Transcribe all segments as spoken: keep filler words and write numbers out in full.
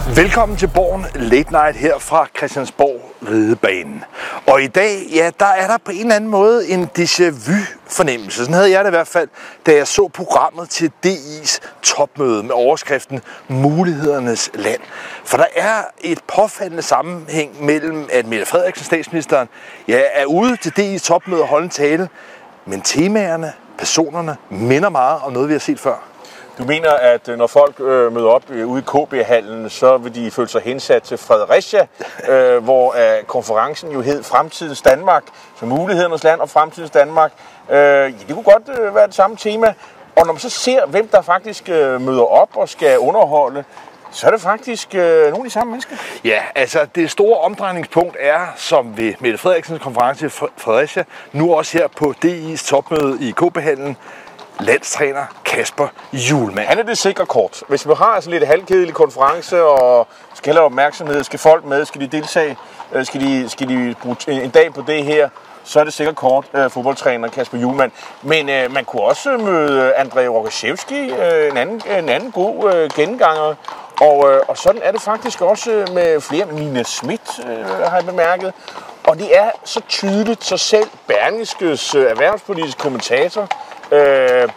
Velkommen til Borgen Late Night her fra Christiansborg Ridebanen. Og i dag, ja, der er der på en eller anden måde en déjà vu fornemmelse. Sådan havde jeg det i hvert fald, da jeg så programmet til D I's topmøde med overskriften Mulighedernes Land. For der er et påfaldende sammenhæng mellem, at Mette Frederiksen, statsministeren, ja, er ude til D I's topmøde og holde en tale, men temaerne, personerne, minder meget om noget, vi har set før. Du mener, at når folk øh, møder op øh, ude i K B-hallen, så vil de føle sig hensat til Fredericia, øh, hvor øh, konferencen jo hed Fremtidens Danmark, så Mulighedernes Land og Fremtidens Danmark. Øh, ja, det kunne godt øh, være det samme tema. Og når man så ser, hvem der faktisk øh, møder op og skal underholde, så er det faktisk øh, nogle af de samme mennesker. Ja, altså det store omdrejningspunkt er, som ved Mette Frederiksens konference i Fredericia, nu også her på D I's topmøde i K B-hallen, landstræner Kasper Hjulmand. Han er det sikre kort. Hvis vi har altså lidt halvkedelig konference og skal have opmærksomhed, skal folk med, skal de deltage, skal de, skal de bruge en dag på det her, så er det sikkert kort uh, fodboldtræner Kasper Hjulmand. Men uh, man kunne også møde André Rogoszewski, uh, en, anden, en anden god uh, genganger. Og, uh, og sådan er det faktisk også med flere. Nina Schmidt uh, har jeg bemærket. Og det er så tydeligt, så selv Berlingskes uh, erhvervspolitiske kommentator, Øh,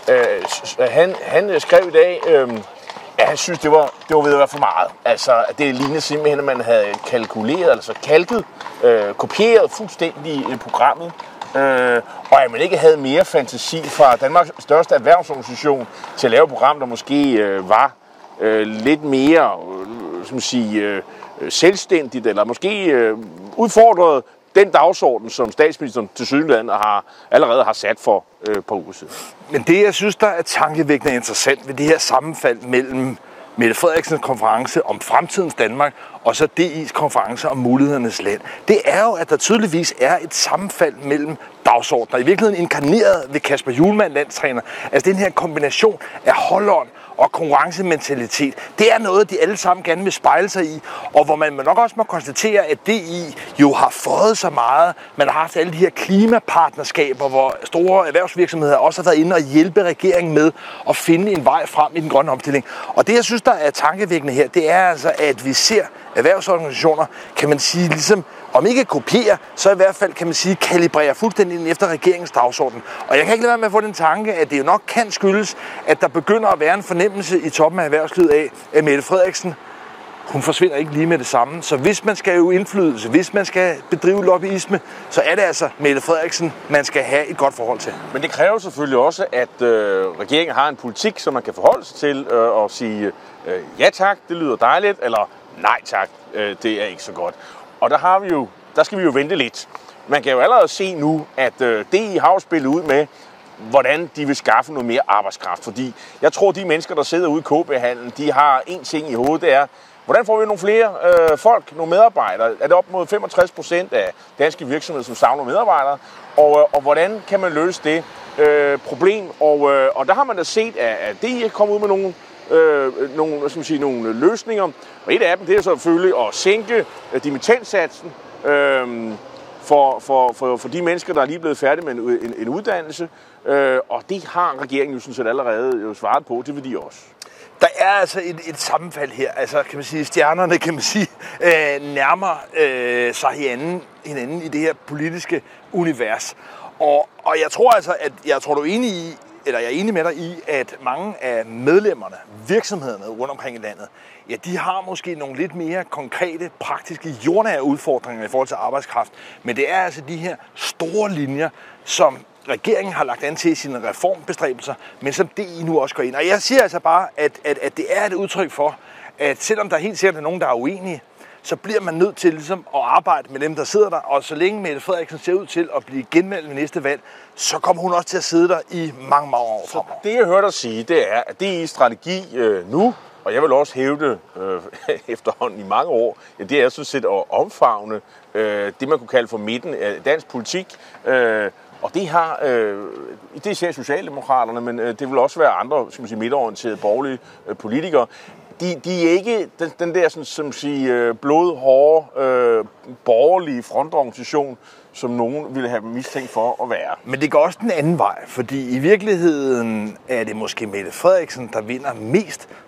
øh, han, han skrev i dag, øh, at han synes, det var, det var ved at være for meget. Altså, det lignede simpelthen, at man havde kalkuleret, altså kalket, øh, kopieret fuldstændig øh, programmet. Øh, og at man ikke havde mere fantasi fra Danmarks største erhvervsorganisation til at lave et program, der måske øh, var øh, lidt mere øh, som sige, øh, selvstændigt, eller måske øh, udfordret den dagsorden, som statsministeren til Sydjylland har, allerede har sat for øh, på uger siden. Men det, jeg synes, der er tankevækkende interessant ved det her sammenfald mellem Mette Frederiksens konference om fremtidens Danmark og så D I's konference om mulighedernes land, det er jo, at der tydeligvis er et sammenfald mellem dagsordner. I virkeligheden inkarneret ved Kasper Hjulmand, landstræner. Altså den her kombination af holdånd og konkurrencementalitet, det er noget, de alle sammen gerne vil spejle sig i, og hvor man nok også må konstatere, at D I jo har fået så meget. Man har haft alle de her klimapartnerskaber, hvor store erhvervsvirksomheder også har været inde og hjælpe regeringen med at finde en vej frem i den grønne omstilling. Og det, jeg synes, der er tankevækkende her, det er altså, at vi ser erhvervsorganisationer, kan man sige, ligesom om ikke kopiere, så i hvert fald kan man sige, kalibrere fuldstændig ind efter regeringens dagsorden. Og jeg kan ikke lade være med at få den tanke, at det jo nok kan skyldes, at der begynder at være en fornemmelse i toppen af erhvervslivet af, at Mette Frederiksen, hun forsvinder ikke lige med det samme. Så hvis man skal øve indflydelse, hvis man skal bedrive lobbyisme, så er det altså Mette Frederiksen, man skal have et godt forhold til. Men det kræver selvfølgelig også, at øh, regeringen har en politik, som man kan forholde sig til øh, og sige, øh, ja tak, det lyder dejligt, eller nej tak, øh, det er ikke så godt. Og der, har vi jo, der skal vi jo vente lidt. Man kan jo allerede se nu, at øh, D I har spillet ud med, hvordan de vil skaffe noget mere arbejdskraft. Fordi jeg tror, de mennesker, der sidder ude i K B-hallen, de har én ting i hovedet, det er, hvordan får vi nogle flere øh, folk, nogle medarbejdere? Er det op mod femogtres procent af danske virksomheder, som savner medarbejdere? Og, øh, og hvordan kan man løse det øh, problem? Og, øh, og der har man da set, at, at D I er kommet ud med nogle Øh, nogle, hvad skal man sige, nogle løsninger. Og et af dem, det er selvfølgelig at sænke øh, dimittendsatsen øh, for, for, for, for de mennesker, der er lige blevet færdige med en, en, en uddannelse. Øh, og det har regeringen jo sådan set allerede jo svaret på. Det vil de også. Der er altså et, et sammenfald her. Altså, kan man sige, stjernerne, kan man sige, øh, nærmer øh, sig hinanden, hinanden i det her politiske univers. Og, og jeg tror altså, at jeg tror, du er enig i, eller jeg er enig med dig i, at mange af medlemmerne, virksomhederne rundt omkring i landet, ja, de har måske nogle lidt mere konkrete, praktiske, jordnære udfordringer i forhold til arbejdskraft. Men det er altså de her store linjer, som regeringen har lagt an til i sine reformbestræbelser, men som D I nu også går ind. Og jeg siger altså bare, at, at, at det er et udtryk for, at selvom der helt sikkert er nogen, der er uenige, så bliver man nødt til ligesom at arbejde med dem, der sidder der. Og så længe Mette Frederiksen ser ud til at blive genvalgt ved næste valg, så kommer hun også til at sidde der i mange, mange år fremover. Det, jeg hørte dig sige, det er, at D I's strategi øh, nu, og jeg vil også hævde øh, efterhånden i mange år, ja, det er sådan set at omfavne øh, det, man kunne kalde for midten af dansk politik. Øh, og det har, øh, det ser Socialdemokraterne, men øh, det vil også være andre, skal man sige, midtorienterede borgerlige øh, politikere. De, de er ikke den, den der sådan, som siger, blodhårde øh, borgerlige frontorganisation, som nogen ville have mistænkt for at være. Men det går også den anden vej, fordi i virkeligheden er det måske Mette Frederiksen, der vinder mest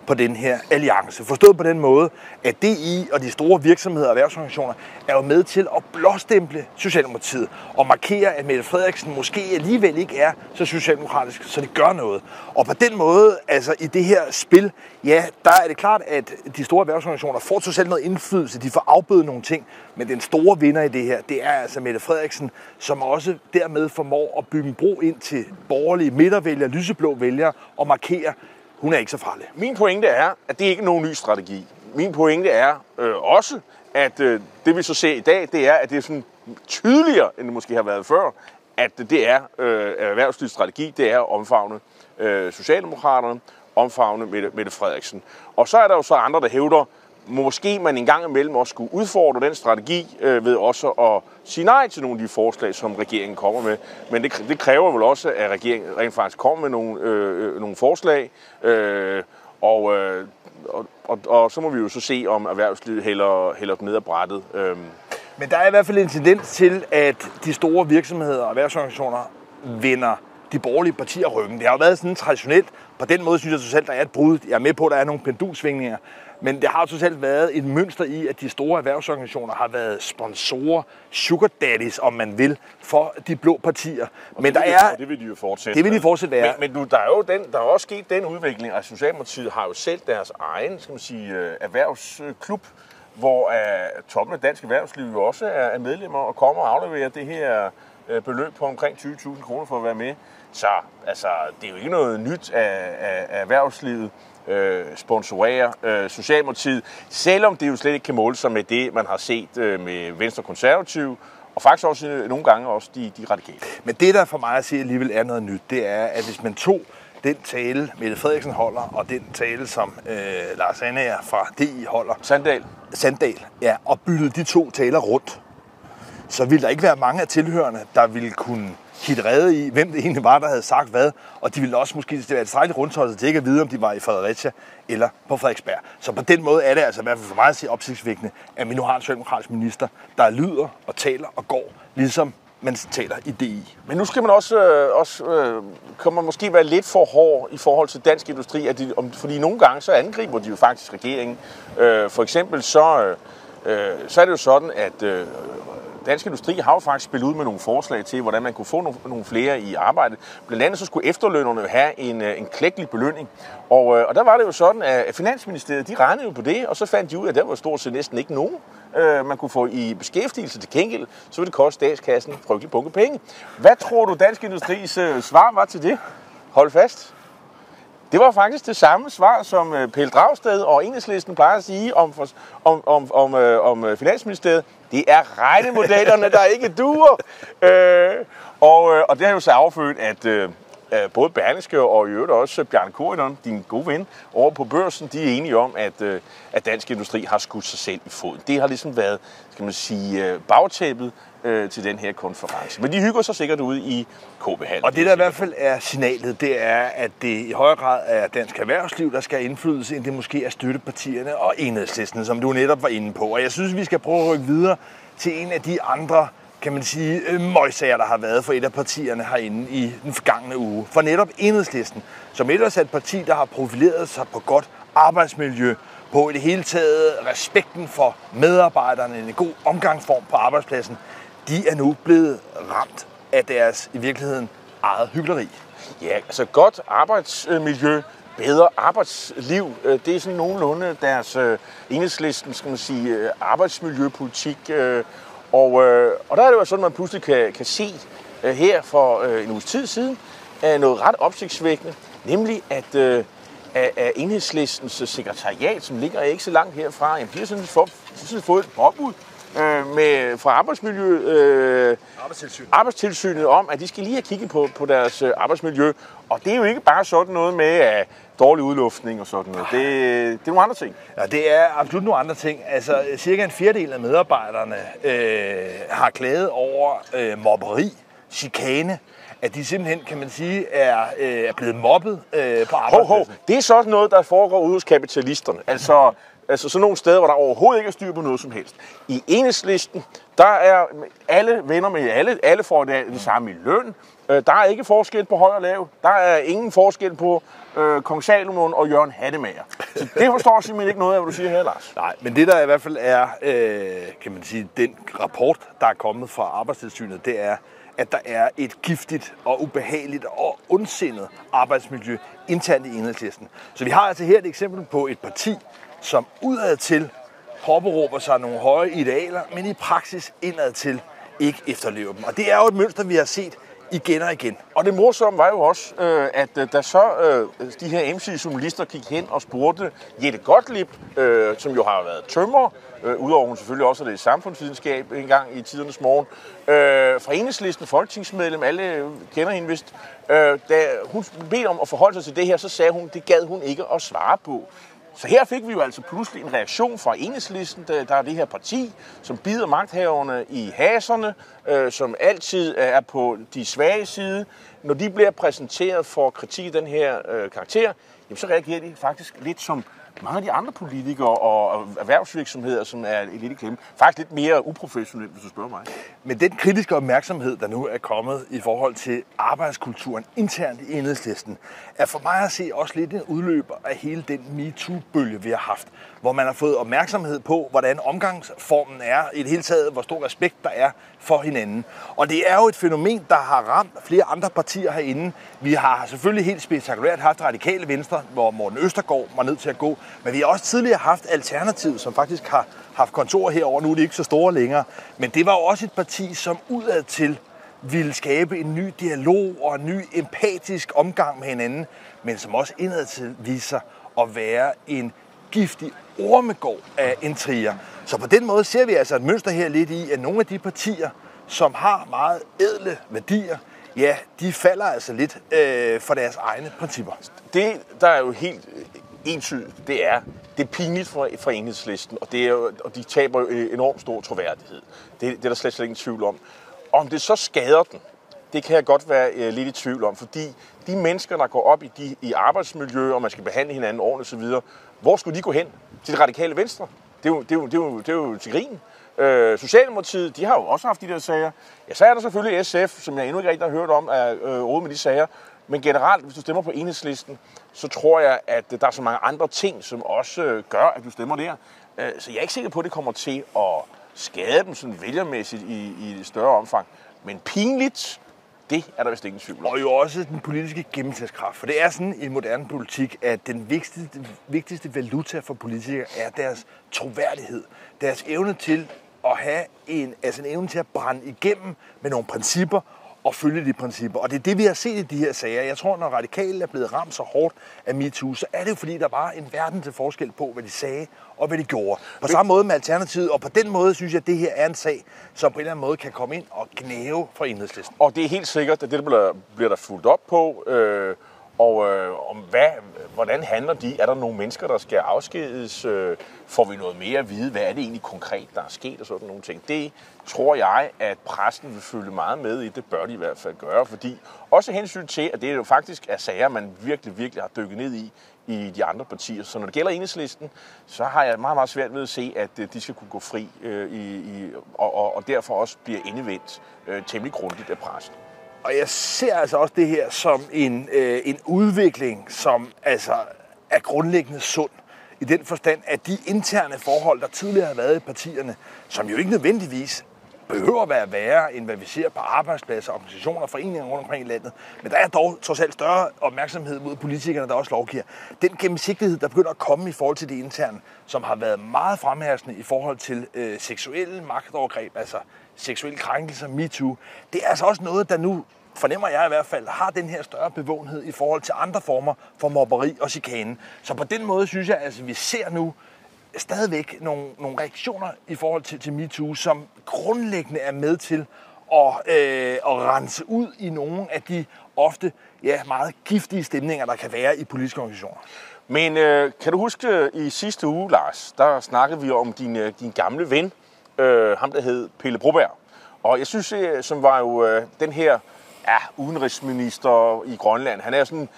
på den her alliance. Forstået på den måde, at D I og de store virksomheder og erhvervsorganisationer er jo med til at blåstemple Socialdemokratiet og markere, at Mette Frederiksen måske alligevel ikke er så socialdemokratisk, så det gør noget. Og på den måde, altså i det her spil, ja, der er det klart, at de store erhvervsorganisationer får totalt noget indflydelse, de får afbødet nogle ting, men den store vinder i det her, det er altså Mette Frederiksen, som også dermed formår at bygge en bro ind til borgerlige midtervælgere, lyseblå vælgere og markere, hun er ikke så farlig. Min pointe er, at det ikke er nogen ny strategi. Min pointe er øh, også, at øh, det vi så ser i dag, det er, at det er sådan tydeligere, end det måske har været før, at det er øh, erhvervslivets strategi, det er at omfavne øh, Socialdemokraterne, omfavne Mette, Mette Frederiksen. Og så er der jo så andre, der hævder, måske man en gang imellem også skulle udfordre den strategi øh, ved også at sige nej til nogle af de forslag, som regeringen kommer med. Men det, det kræver vel også, at regeringen rent faktisk kommer med nogle, øh, nogle forslag. Øh, og, øh, og, og, og så må vi jo så se, om erhvervslivet hælder, hælder ned ad brættet. Øh. Men der er i hvert fald en tendens til, at de store virksomheder og erhvervsorganisationer vender de borgerlige partier ryggen. Det har jo været sådan traditionelt. På den måde synes jeg totalt, der er et brud. Jeg er med på, at der er nogle pendulsvingninger. Men det har jo totalt været et mønster i, at de store erhvervsorganisationer har været sponsorer, sugar daddies, om man vil, for de blå partier. Og men det, der vil, er, det vil de jo fortsætte. Det vil de fortsætte være. Men, men nu, der er jo den, der er også sket den udvikling, at Socialdemokratiet har jo selv deres egen, skal man sige, erhvervsklub, hvor uh, toppen af dansk erhvervsliv jo også er medlemmer og kommer og afleverer det her beløb på omkring tyve tusind kroner for at være med. Så altså, det er jo ikke noget nyt af, af, af erhvervslivet. Øh, sponsorerer øh, Socialdemokratiet, selvom det jo slet ikke kan måle sig med det, man har set øh, med Venstre Konservative, og faktisk også øh, nogle gange også de, de radikale. Men det, der for mig at sige alligevel er noget nyt, det er, at hvis man tog den tale, Mette Frederiksen holder, og den tale, som øh, Lars Andager fra D I holder, Sandahl, Sandahl, ja, og byttede de to taler rundt, så ville der ikke være mange af tilhørende, der ville kunne hitte rede i, hvem det egentlig var, der havde sagt hvad, og de ville også måske være et strækkeligt rundtosset til ikke at vide, om de var i Fredericia eller på Frederiksberg. Så på den måde er det altså i hvert fald for mig at sige opsigtsvækkende, at vi nu har en socialdemokratisk minister, der lyder og taler og går, ligesom man taler i D I. Men nu skal man også, øh, også øh, kan man måske være lidt for hård i forhold til dansk industri, at de, om, fordi nogle gange så angriber de jo faktisk regeringen. Øh, for eksempel så, øh, så er det jo sådan, at øh, Dansk Industri har jo faktisk spillet ud med nogle forslag til, hvordan man kunne få nogle, nogle flere i arbejde. Blandt andet så skulle efterlønnerne have en, en klækkelig belønning. Og, og der var det jo sådan, at Finansministeriet, de regnede jo på det, og så fandt de ud af, at der var stort set næsten ikke nogen, øh, man kunne få i beskæftigelse til gengæld. Så ville det koste statskassen frygtelig bunke penge. Hvad tror du, Dansk Industris øh, svar var til det? Hold fast. Det var faktisk det samme svar, som Pelle Dragsted og Enhedslisten plejer at sige om, om, om, om, om Finansministeriet. Det er regnemodellerne, der ikke duer. Øh, og, og det har jo så affødt, at øh, både Berlingske og i øvrigt også Bjarne Corydon, din gode ven, over på børsen, de er enige om, at, øh, at Dansk Industri har skudt sig selv i foden. Det har ligesom været, skal man sige, bagtæppet øh, til den her konference. Men de hygger sig sikkert ude i K B-hallen. Og det, der i hvert fald er signalet, det er, at det i højere grad er dansk erhvervsliv, der skal have indflydelse, end det måske er støttepartierne og Enhedslisten, som du netop var inde på. Og jeg synes, vi skal prøve at rykke videre til en af de andre, kan man sige, møgsager, der har været for et af partierne herinde i den forgangne uge. For netop Enhedslisten, som ellers er et parti, der har profileret sig på godt arbejdsmiljø, på i det hele taget respekten for medarbejderne, en god omgangsform på arbejdspladsen, de er nu blevet ramt af deres i virkeligheden eget hykleri. Ja, altså godt arbejdsmiljø, bedre arbejdsliv, det er sådan nogenlunde deres Enhedslisten, skal man sige, arbejdsmiljøpolitik. Og, og der er det jo sådan, at man pludselig kan, kan se her for en uges tid siden noget ret opsigtsvækkende, nemlig at af Enhedslistens sekretariat, som ligger ikke så langt herfra, jamen, de har sådan fået, sådan fået et påbud øh, med, fra arbejdsmiljø, øh, Arbejdstilsyn. arbejdstilsynet om, at de skal lige have kigget på, på deres øh, arbejdsmiljø. Og det er jo ikke bare sådan noget med uh, dårlig udluftning og sådan noget. Det, det er nogle andre ting. Ja, det er absolut nogle andre ting. Altså, cirka en fjerdedel af medarbejderne øh, har klaget over øh, mobberi, chikane, at de simpelthen, kan man sige, er, øh, er blevet mobbet øh, på arbejdspladsen. Hov, hov. Det er sådan noget, der foregår ude hos kapitalisterne. Altså, altså sådan nogle steder, hvor der overhovedet ikke er styr på noget som helst. I Enhedslisten, der er alle venner med alle, alle får det, det samme i løn, Øh, der er ikke forskel på høj og lav. Der er ingen forskel på øh, Kong Salomon og Jørgen Hattemager. Så det forstår simpelthen ikke noget af, hvad du siger her, Lars. Nej, men det der i hvert fald er, øh, kan man sige, den rapport, der er kommet fra Arbejdstilsynet, det er, at der er et giftigt og ubehageligt og ondsindet arbejdsmiljø internt i Enhedslisten. Så vi har altså her et eksempel på et parti, som udadtil påberåber sig nogle høje idealer, men i praksis indadtil ikke efterlever dem. Og det er jo et mønster, vi har set igen og igen. Og det morsomme var jo også, øh, at øh, da så øh, de her M C-journalister gik hen og spurgte Jette Gottlieb, øh, som jo har været tømrer, øh, udover hun selvfølgelig også er det samfundsvidenskab en gang i tidernes morgen, øh, fra Enhedslisten, folketingsmedlem, alle kender hende vist, øh, da hun bedte om at forholde sig til det her, så sagde hun, det gad hun ikke at svare på. Så her fik vi jo altså pludselig en reaktion fra Enhedslisten, der er det her parti, som bider magthaverne i haserne, øh, som altid er på de svage side. Når de bliver præsenteret for kritik i den her øh, karakter, jamen, så reagerer de faktisk lidt som mange af de andre politikere og erhvervsvirksomheder, som er lidt i klemme. Faktisk lidt mere uprofessionelt, hvis du spørger mig. Men den kritiske opmærksomhed, der nu er kommet i forhold til arbejdskulturen internt i Enhedslisten, er for mig at se også lidt en udløber af hele den MeToo-bølge, vi har haft. Hvor man har fået opmærksomhed på, hvordan omgangsformen er, i det hele taget, hvor stor respekt der er for hinanden. Og det er jo et fænomen, der har ramt flere andre partier herinde. Vi har selvfølgelig helt spektakulært haft Radikale Venstre, hvor Morten Østergaard var nødt til at gå. Men vi har også tidligere haft Alternativet, som faktisk har haft kontor herover. Nu er de ikke så store længere. Men det var jo også et parti, som udadtil ville skabe en ny dialog og en ny empatisk omgang med hinanden, men som også indadtil viser at være en giftig ormegård af intriger. Så på den måde ser vi altså et mønster her lidt i, at nogle af de partier, som har meget ædle værdier, ja, de falder altså lidt øh, for deres egne principper. Det, der er jo helt entydigt, det er, det er pinligt for, for Enhedslisten, og, det er jo, og de taber jo enormt stor troværdighed. Det, det er der slet, slet ingen tvivl om. Om det så skader den, det kan jeg godt være øh, lidt i tvivl om, fordi de mennesker, der går op i, de, i arbejdsmiljø, og man skal behandle hinanden ordentligt osv., hvor skulle de gå hen? Til det Radikale Venstre? Det er jo, det er jo, det er jo, det er jo til grin. Øh, Socialdemokratiet, de har jo også haft de der sager. Ja, så er der selvfølgelig S F, som jeg endnu ikke rigtig har hørt om, er øh, råd med de sager. Men generelt, hvis du stemmer på Enhedslisten, så tror jeg, at der er så mange andre ting, som også øh, gør, at du stemmer der. Øh, så jeg er ikke sikker på, at det kommer til at skade dem sådan vælgermæssigt i, i et større omfang. Men pinligt, det er der vist ingen tvivl om. Og jo også den politiske gennemslagskraft. For det er sådan i moderne politik, at den vigtigste, vigtigste valuta for politikere er deres troværdighed. Deres evne til at have en, altså en evne til at brænde igennem med nogle principper og følge de principper. Og det er det, vi har set i de her sager. Jeg tror, når Radikale er blevet ramt så hårdt af MeToo, så er det jo fordi, der var en verden til forskel på, hvad de sagde og hvad de gjorde. På samme måde med Alternativet, og på den måde synes jeg, at det her er en sag, som på en eller anden måde kan komme ind og gnæve fra Enhedslisten. Og det er helt sikkert, at det bliver, bliver der fulgt op på. Øh, og øh, om hvad, hvordan handler de? Er der nogle mennesker, der skal afskediges? Øh, får vi noget mere at vide? Hvad er det egentlig konkret, der er sket og sådan nogle ting? Det tror jeg, at pressen vil følge meget med i. Det bør de i hvert fald gøre, fordi også hensyn til, at det jo faktisk er sager, man virkelig, virkelig har dykket ned i i de andre partier. Så når det gælder Enhedslisten, så har jeg meget, meget svært ved at se, at de skal kunne gå fri øh, i, i, og, og, og derfor også bliver endevendt øh, temmelig grundigt af pressen. Og jeg ser altså også det her som en, øh, en udvikling, som altså er grundlæggende sund. I den forstand, at de interne forhold, der tidligere har været i partierne, som jo ikke nødvendigvis behøver at være værre, end hvad vi ser på arbejdspladser, organisationer og foreninger rundt omkring i landet. Men der er dog trods alt større opmærksomhed mod politikerne, der også lovgiver. Den gennemsigtighed, der begynder at komme i forhold til det interne, som har været meget fremherskende i forhold til øh, seksuelle magtovergreb, altså seksuelle krænkelser, MeToo, det er altså også noget, der nu, fornemmer jeg i hvert fald, har den her større bevågenhed i forhold til andre former for mobberi og chikane. Så på den måde synes jeg, at altså, vi ser nu stadigvæk nogle, nogle reaktioner i forhold til, til MeToo, som grundlæggende er med til at, øh, at rense ud i nogle af de ofte ja, meget giftige stemninger, der kan være i politiske organisationer. Men øh, kan du huske i sidste uge, Lars, der snakkede vi om din, din gamle ven, øh, ham der hed Pelle Broberg. Og jeg synes, som var jo øh, den her ja, udenrigsminister i Grønland, han er sådan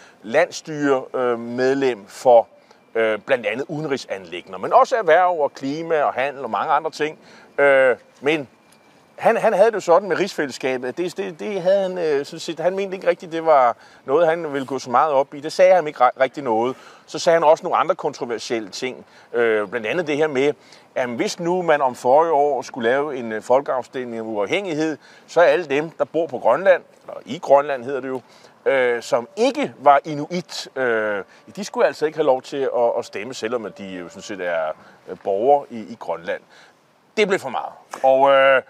landsstyremedlem for Øh, blandt andet udenrigsanliggender, men også erhverv og klima og handel og mange andre ting. Øh, men Han, han havde det jo sådan med rigsfællesskabet. Det, det, det havde han, øh, synes jeg, han mente ikke rigtigt, det var noget, han ville gå så meget op i. Det sagde han ikke rigtig noget. Så sagde han også nogle andre kontroversielle ting. Øh, blandt andet det her med, at hvis nu man om forrige år skulle lave en folkeafstemning om uafhængighed, så er alle dem, der bor på Grønland, eller i Grønland hedder det jo, øh, som ikke var inuit, øh, de skulle altså ikke have lov til at, at stemme, selvom de jo sådan set er borgere i, i Grønland. Det blev for meget. Og, øh,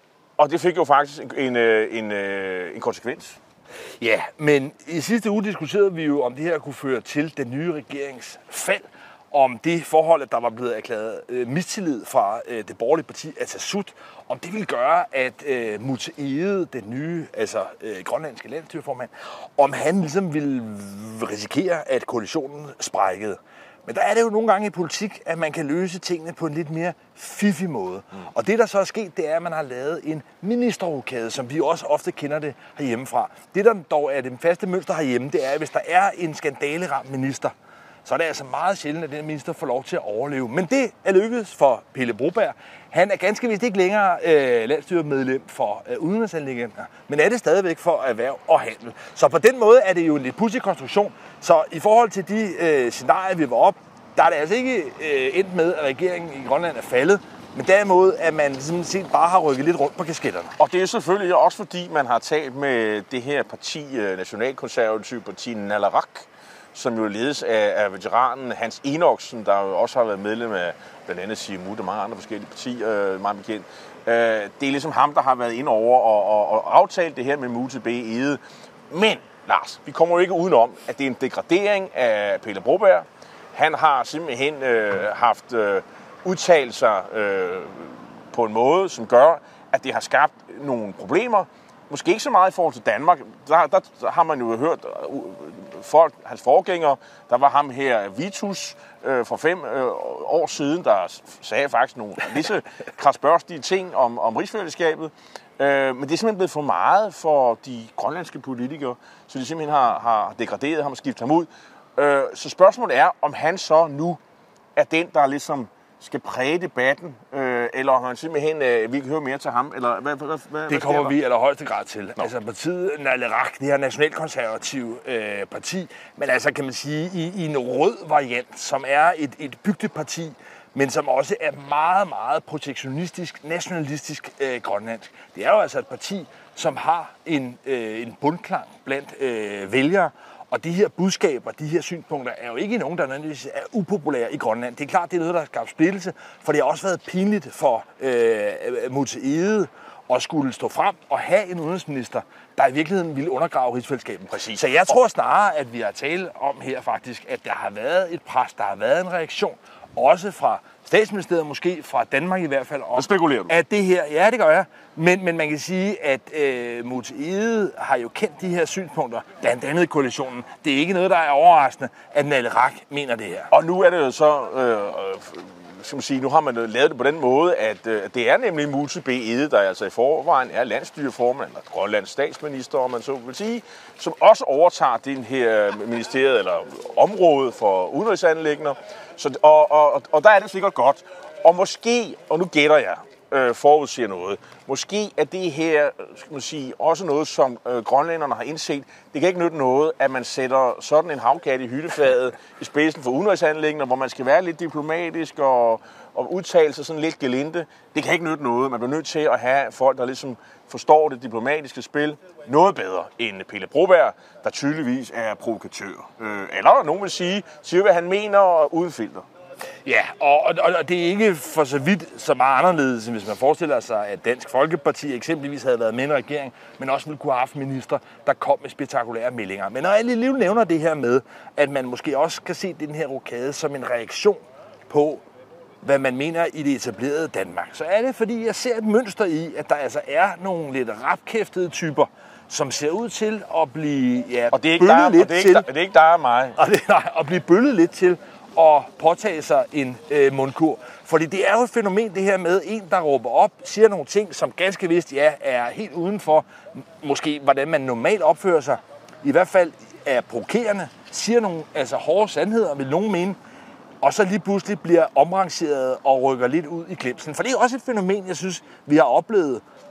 og det fik jo faktisk en, en, en, en konsekvens. Ja, men i sidste uge diskuterede vi jo, om det her kunne føre til den nye regerings fald, om det forhold, at der var blevet erklæret øh, mistillid fra øh, det borgerlige parti Atassut, om det ville gøre, at øh, Mutte Egede, den nye, altså øh, grønlandske landsstyreformand, om han ligesom ville risikere, at koalitionen sprækkede. Men der er det jo nogle gange i politik, at man kan løse tingene på en lidt mere fiffig måde. Mm. Og det, der så er sket, det er, at man har lavet en ministerrokade, som vi også ofte kender det herhjemmefra. Det, der dog er det faste mønster herhjemme, det er, at hvis der er en skandaleramt minister, så er det altså meget sjældent, at den minister får lov til at overleve. Men det er lykkedes for Pele Broberg. Han er ganske vist ikke længere øh, landsstyremedlem for øh, udenrigsanliggender, men er det stadigvæk for erhverv og handel. Så på den måde er det jo en lidt pudsig konstruktion. Så i forhold til de øh, scenarier, vi var op, der er det altså ikke øh, endt med, at regeringen i Grønland er faldet, men derimod, at man simpelthen set bare har rykket lidt rundt på kasketterne. Og det er selvfølgelig også fordi, man har talt med det her parti, nationalkonservative parti Nalarak, som jo ledes af, af veteranen Hans Enoksen, der jo også har været medlem af blandt andet Siumut og mange andre forskellige partier, øh, meget bekendt. Øh, det er ligesom ham, der har været ind over og, og, og aftalt det her med Mutte B. Egede. Men, Lars, vi kommer jo ikke udenom, at det er en degradering af Pele Broberg. Han har simpelthen øh, haft øh, udtalelser øh, på en måde, som gør, at det har skabt nogle problemer. Måske ikke så meget i forhold til Danmark. Der, der, der har man jo hørt uh, folk, hans forgængere. Der var ham her, Vitus, øh, for fem øh, år siden, der sagde faktisk nogle visse krasbørstige ting om, om rigsfællesskabet. Øh, men det er simpelthen blevet for meget for de grønlandske politikere, så de simpelthen har, har degraderet ham og skiftet ham ud. Øh, så spørgsmålet er, om han så nu er den, der ligesom skal præge debatten, øh, eller om han simpelthen øh, vi kan høre mere til ham, eller hvad, hvad, hvad det kommer vi i allerhøjeste grad til. Nå. Altså partiet Nalarak, det her nationalkonservative øh, parti, men altså kan man sige i, i en rød variant, som er et, et bygdeparti, men som også er meget, meget protektionistisk, nationalistisk øh, grønlandsk. Det er jo altså et parti, som har en, øh, en bundklang blandt øh, vælgere. Og de her budskaber, de her synspunkter, er jo ikke nogen, der nødvendigvis er upopulære i Grønland. Det er klart, det er noget, der har skabt splittelse, for det har også været pinligt for øh, Mutte Egede at skulle stå frem og have en udenrigsminister, der i virkeligheden ville undergrave rigsfællesskabet. Præcis. Så jeg tror snarere, at vi har talt om her faktisk, at der har været et pres, der har været en reaktion, også fra Statsministeriet, måske fra Danmark i hvert fald, om, at det her, ja det gør jeg, men, men man kan sige, at øh, Mutte Egede har jo kendt de her synspunkter, blandt andet i koalitionen. Det er ikke noget, der er overraskende, at Nalarak mener det her. Og nu er det jo så, øh, skal man sige, nu har man lavet det på den måde, at øh, det er nemlig Mutte B. Egede, der altså i forvejen er landsstyreformand, eller Grønlands statsminister, om man så vil sige, som også overtager den her ministeriet, eller område for udenrigsanliggender. Så, og, og, og der er det sikkert godt. Og måske, og nu gætter jeg, øh, forudsiger noget, måske er det her, skal man sige, også noget, som øh, grønlænderne har indset. Det kan ikke nytte noget, at man sætter sådan en havkat i hyttefaget i spidsen for udenrigsanliggender, hvor man skal være lidt diplomatisk og, og udtale sig sådan lidt gelinde. Det kan ikke nytte noget. Man bliver nødt til at have folk, der ligesom forstår det diplomatiske spil noget bedre end Pele Broberg, der tydeligvis er provokatør. Øh, eller nogen vil sige, siger hvad han mener uden filter. Ja, og, og, og det er ikke for så vidt så meget anderledes, hvis man forestiller sig, at Dansk Folkeparti eksempelvis havde været med i en regering, men også ville kunne have haft minister, der kom med spektakulære meldinger. Men når jeg lige nævner det her med, at man måske også kan se den her rokade som en reaktion på, hvad man mener i det etablerede Danmark, så er det, fordi jeg ser et mønster i, at der altså er nogle lidt rapkæftede typer, som ser ud til at blive ja, og det er ikke der, lidt og det er til, ikke der, det er ikke der og mig. Og det, nej, at blive bøllet lidt til at påtage sig en øh, mundkur. Fordi det er jo et fænomen, det her med en, der råber op, siger nogle ting, som ganske vist ja, er helt uden for, måske hvordan man normalt opfører sig, i hvert fald er provokerende, siger nogle altså, hårde sandheder, vil nogen mene, og så lige pludselig bliver omrangeret og rykker lidt ud i glemslen. For det er også et fænomen, jeg synes, vi har oplevet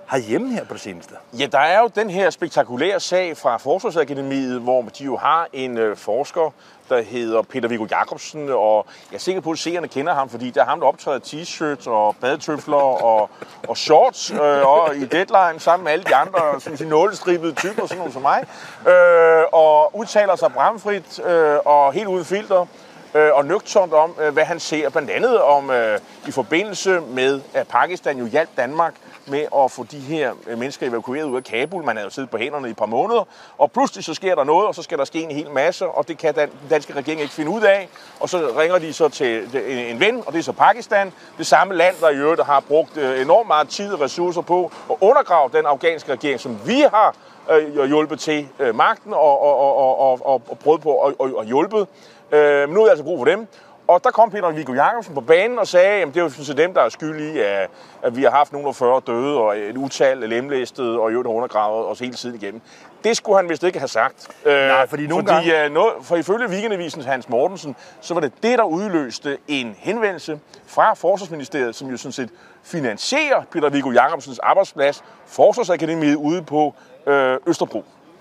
herhjemme her på det seneste? Ja, der er jo den her spektakulære sag fra Forsvarsakademiet, hvor de jo har en øh, forsker, der hedder Peter Viggo Jacobsen, og jeg er sikker på, at seerne kender ham, fordi der er ham, der optræder t-shirts og badetøfler og, og shorts øh, og i Deadline sammen med alle de andre sådan de nålestribede typer, sådan nogle som mig, øh, og udtaler sig bramfrit øh, og helt uden filter øh, og nøgternt om, øh, hvad han ser, blandt andet om øh, i forbindelse med, at Pakistan jo hjalp Danmark med at få de her mennesker evakueret ud af Kabul. Man havde jo siddet på hænderne i et par måneder, og pludselig så sker der noget, og så skal der ske en hel masse, og det kan den danske regering ikke finde ud af. Og så ringer de så til en ven, og det er så Pakistan, det samme land, der i øvrigt har brugt enormt meget tid og ressourcer på at undergrave den afghanske regering, som vi har øh, hjulpet til øh, magten og, og, og, og, og, og prøvet på og, og, og hjulpet. Øh, men nu er der altså brug for dem. Og der kom Peter Viggo Jacobsen på banen og sagde, at det er jo sådan dem, der er skyld i, at, at vi har haft nogle af fyrre døde og et utal lemlæstet og jo et undergravet os hele tiden igennem. Det skulle han vist ikke have sagt. Nej, fordi nogle fordi, gange... Uh, noget, for ifølge Weekendavisens Hans Mortensen, så var det det, der udløste en henvendelse fra Forsvarsministeriet, som jo sådan set finansierer Peter Viggo Jacobsens arbejdsplads, Forsvarsakademiet ude på øh, Østerbro.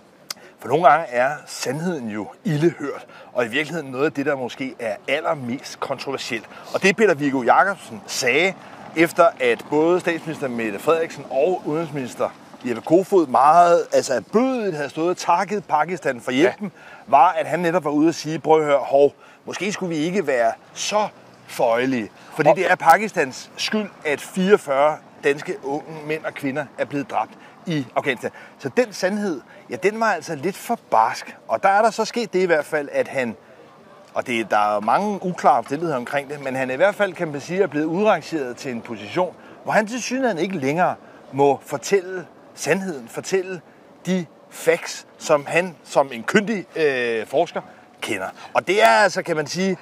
For nogle gange er sandheden jo ildehørt, og i virkeligheden noget af det, der måske er allermest kontroversielt. Og det Peter Viggo Jacobsen sagde, efter at både statsminister Mette Frederiksen og udenrigsminister Jeppe Kofod meget, altså bødet havde stået og takket Pakistan for hjælpen, ja. var, at han netop var ude og sige, prøv at høre, hov, måske skulle vi ikke være så føjelige, fordi og... det er Pakistans skyld, at fireogfyrre danske unge mænd og kvinder er blevet dræbt i Afghanistan. Så den sandhed, ja, den var altså lidt for barsk. Og der er der så sket det i hvert fald, at han, og det, der er mange uklare omstændigheder omkring det, men han i hvert fald, kan man sige, er blevet udrangeret til en position, hvor han til synligheden ikke længere må fortælle sandheden, fortælle de facts, som han som en kyndig øh, forsker kender. Og det er altså, kan man sige,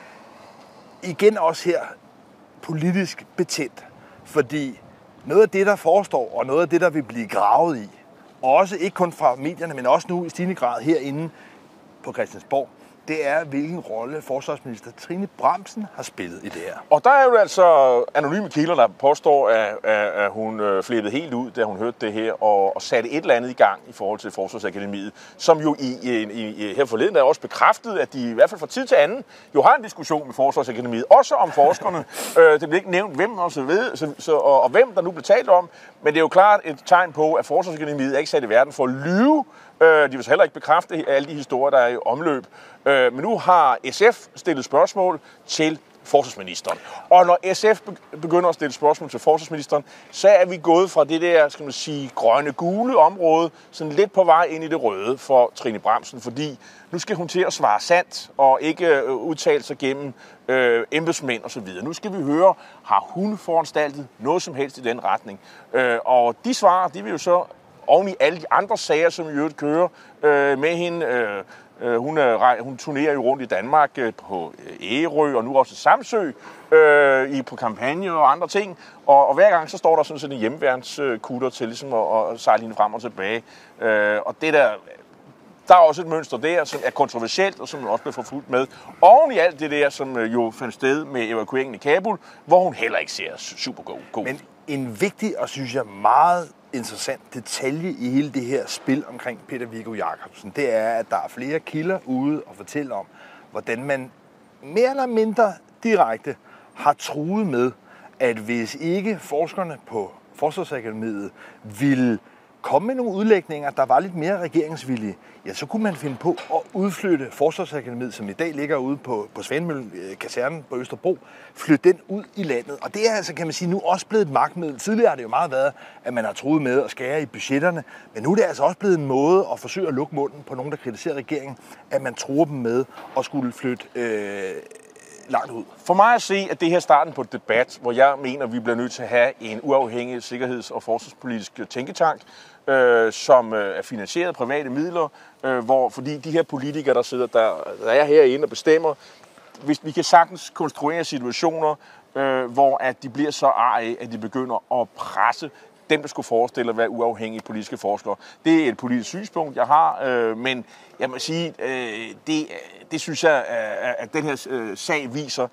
igen også her politisk betændt, fordi noget af det, der forestår, og noget af det, der vil blive gravet i, og også ikke kun fra medierne, men også nu i stigende grad herinde på Christiansborg, det er, hvilken rolle forsvarsminister Trine Bramsen har spillet i det her. Og der er jo altså anonyme kilder, der påstår, at, at, at hun flippede helt ud, da hun hørte det her, og, og satte et eller andet i gang i forhold til Forsvarsakademiet, som jo i, i, i, her forleden er også bekræftet, at de i hvert fald fra tid til anden jo har en diskussion med Forsvarsakademiet, også om forskerne. øh, det bliver ikke nævnt, hvem og, så ved, så, så, og, og hvem der nu bliver talt om, men det er jo klart et tegn på, at Forsvarsakademiet er ikke sat i verden for at lyve. De vil heller ikke bekræfte alle de historier, der er i omløb. Men nu har S F stillet spørgsmål til forsvarsministeren. Og når S F begynder at stille spørgsmål til forsvarsministeren, så er vi gået fra det der, skal man sige, grønne-gule område, sådan lidt på vej ind i det røde for Trine Bramsen, fordi nu skal hun til at svare sandt og ikke udtale sig gennem øh, embedsmænd og så videre. Nu skal vi høre, har hun foranstaltet noget som helst i den retning? Øh, og de svarer, de vil jo så oven i alle de andre sager, som i øvrigt kører øh, med hende. Øh, hun, er, hun turnerer jo rundt i Danmark øh, på Ærø og nu også Samsø øh, i, på kampagne og andre ting. Og, og hver gang så står der sådan, sådan en hjemmeværnskutter til ligesom at, at sejle hende frem og tilbage. Øh, og det der, der er også et mønster der, som er kontroversielt og som også bliver forfulgt med. Oven i alt det der, som jo fandt sted med evakueringen i Kabul, hvor hun heller ikke ser super god. Men en vigtig og synes jeg meget interessant detalje i hele det her spil omkring Peter Viggo Jacobsen, det er, at der er flere kilder ude og fortælle om, hvordan man mere eller mindre direkte har truet med, at hvis ikke forskerne på Forsvarsakademiet ville komme med nogle udlægninger, der var lidt mere regeringsvillige, ja, så kunne man finde på at udflytte Forsvarsakademiet, som i dag ligger ude på, på Svanemøllen kasernen på Østerbro, flytte den ud i landet. Og det er altså, kan man sige, nu også blevet et magtmiddel. Tidligere har det jo meget været, at man har truet med at skære i budgetterne, men nu er det altså også blevet en måde at forsøge at lukke munden på nogen, der kritiserer regeringen, at man truer dem med at skulle flytte øh, langt ud. For mig at se, at det her starten på et debat, hvor jeg mener, at vi bliver nødt til at have en uafhængig sikkerheds- og forsvarspolitisk tænketank, øh, som øh, er finansieret af private midler, øh, hvor, fordi de her politikere, der sidder der, der er herinde og bestemmer, hvis vi kan sagtens konstruere situationer, øh, hvor at de bliver så arge, at de begynder at presse dem, der skulle forestille at være uafhængige politiske forskere. Det er et politisk synspunkt, jeg har, øh, men jeg må sige, øh, det, det synes jeg, at den her øh, sag viser,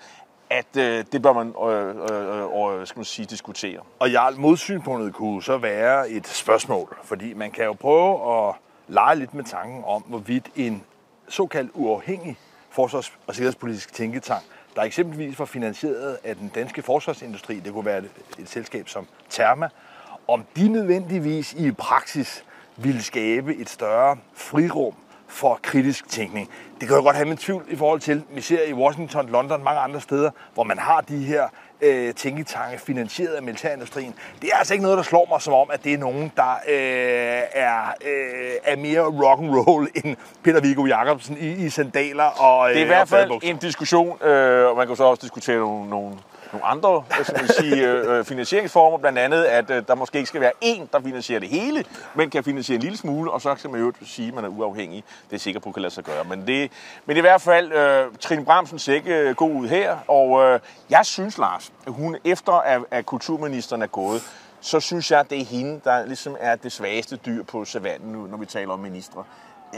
at øh, det bør man, øh, øh, øh, skal man sige, diskutere. Og Jarl, modsynspunktet kunne så være et spørgsmål, fordi man kan jo prøve at lege lidt med tanken om, hvorvidt en såkaldt uafhængig forsvars- og sikkerhedspolitisk tænketank, der eksempelvis var finansieret af den danske forsvarsindustri, det kunne være et, et selskab som Therma, om de nødvendigvis i praksis ville skabe et større frirum for kritisk tænkning. Det kan jo godt have min tvivl i forhold til, vi ser i Washington, London, mange andre steder, hvor man har de her øh, tænketanke finansieret af militærindustrien. Det er altså ikke noget, der slår mig som om, at det er nogen, der øh, er, øh, er mere rock and roll end Peter Viggo Jacobsen i, i sandaler og øh, det er i hvert fald en diskussion, øh, og man kan så også diskutere nogle, nogle nogle andre skal man sige, øh, finansieringsformer, blandt andet, at øh, der måske ikke skal være én, der finansierer det hele, men kan finansiere en lille smule, og så kan man jo sige, at man er uafhængig. Det er sikkert på, kan lade sig gøre. Men, det, men i hvert fald, øh, Trine Bramsen ser ikke øh, god ud her, og øh, jeg synes, Lars, at hun efter, at, at kulturministeren er gået, så synes jeg, at det er hende, der ligesom er det svageste dyr på savannen nu, når vi taler om ministre. Øh,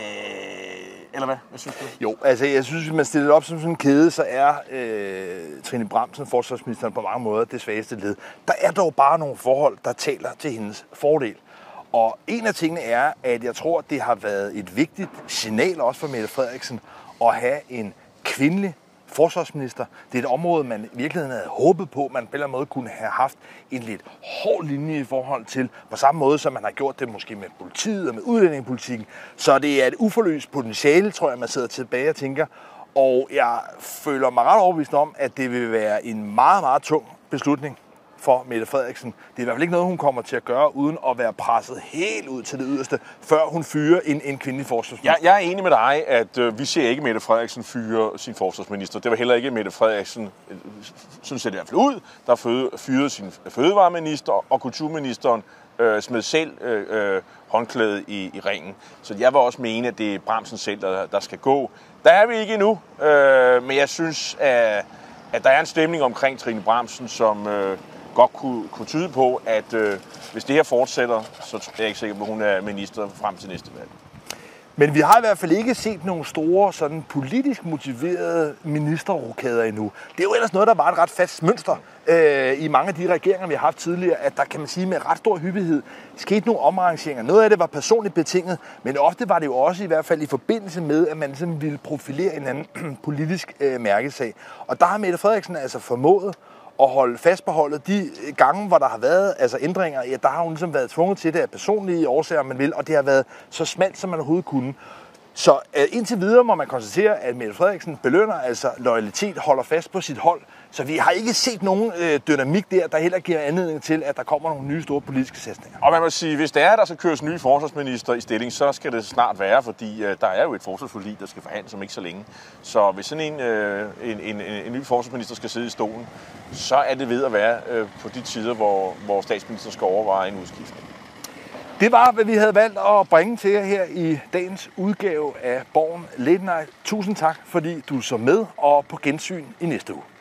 eller hvad? Hvad synes du? Jo, altså jeg synes, hvis man stiller det op som sådan en kæde, så er øh, Trine Bramsen, forsvarsministeren, på mange måder det svageste led. Der er dog bare nogle forhold, der taler til hendes fordel. Og en af tingene er, at jeg tror, det har været et vigtigt signal også for Mette Frederiksen at have en kvindelig forsvarsminister. Det er et område, man i virkeligheden havde håbet på, man på en eller anden måde kunne have haft en lidt hård linje i forhold til, på samme måde som man har gjort det måske med politiet og med udlændingepolitikken. Så det er et uforløst potentiale, tror jeg, man sidder tilbage og tænker. Og jeg føler mig ret overbevist om, at det vil være en meget, meget tung beslutning for Mette Frederiksen. Det er i hvert fald ikke noget, hun kommer til at gøre, uden at være presset helt ud til det yderste, før hun fyrer en, en kvindelig forsvarsminister. Jeg, jeg er enig med dig, at øh, vi ser ikke Mette Frederiksen fyre sin forsvarsminister. Det var heller ikke Mette Frederiksen, øh, sådan ser det i hvert fald ud, der føde, fyrede sin fødevareminister, og kulturministeren øh, smed selv øh, øh, håndklædet i, i ringen. Så jeg vil også mene, at det er Bramsen selv, der, der skal gå. Der er vi ikke endnu, øh, men jeg synes, at, at der er en stemning omkring Trine Bramsen, som Øh, godt kunne, kunne tyde på, at øh, hvis det her fortsætter, så er jeg ikke sikker på, at hun er minister frem til næste valg. Men vi har i hvert fald ikke set nogle store, sådan politisk motiverede ministerrokader endnu. Det er jo ellers noget, der var et ret fast mønster øh, i mange af de regeringer, vi har haft tidligere, at der, kan man sige, med ret stor hyppighed skete nogle omrangeringer. Noget af det var personligt betinget, men ofte var det jo også i hvert fald i forbindelse med, at man ligesom ville profilere en anden politisk øh, mærkesag. Og der har Mette Frederiksen altså formået at holde fast på holdet. De gange, hvor der har været altså ændringer, ja, der har hun ligesom været tvunget til det af personlige årsager, man vil, og det har været så smalt, som man overhovedet kunne. Så øh, indtil videre må man konstatere, at Mette Frederiksen belønner altså loyalitet, holder fast på sit hold, så vi har ikke set nogen øh, dynamik der, der heller giver anledning til, at der kommer nogle nye store politiske satsninger. Og man må sige, hvis det er, der skal køres nye forsvarsminister i stilling, så skal det snart være, fordi øh, der er jo et forsvarsforlig, der skal forhandles om ikke så længe. Så hvis sådan en, øh, en, en, en ny forsvarsminister skal sidde i stolen, så er det ved at være øh, på de tider, hvor, hvor statsministeren skal overveje en udskiftning. Det var, hvad vi havde valgt at bringe til jer her i dagens udgave af Borgen Late Night. Tusind tak, fordi du så med, og på gensyn i næste uge.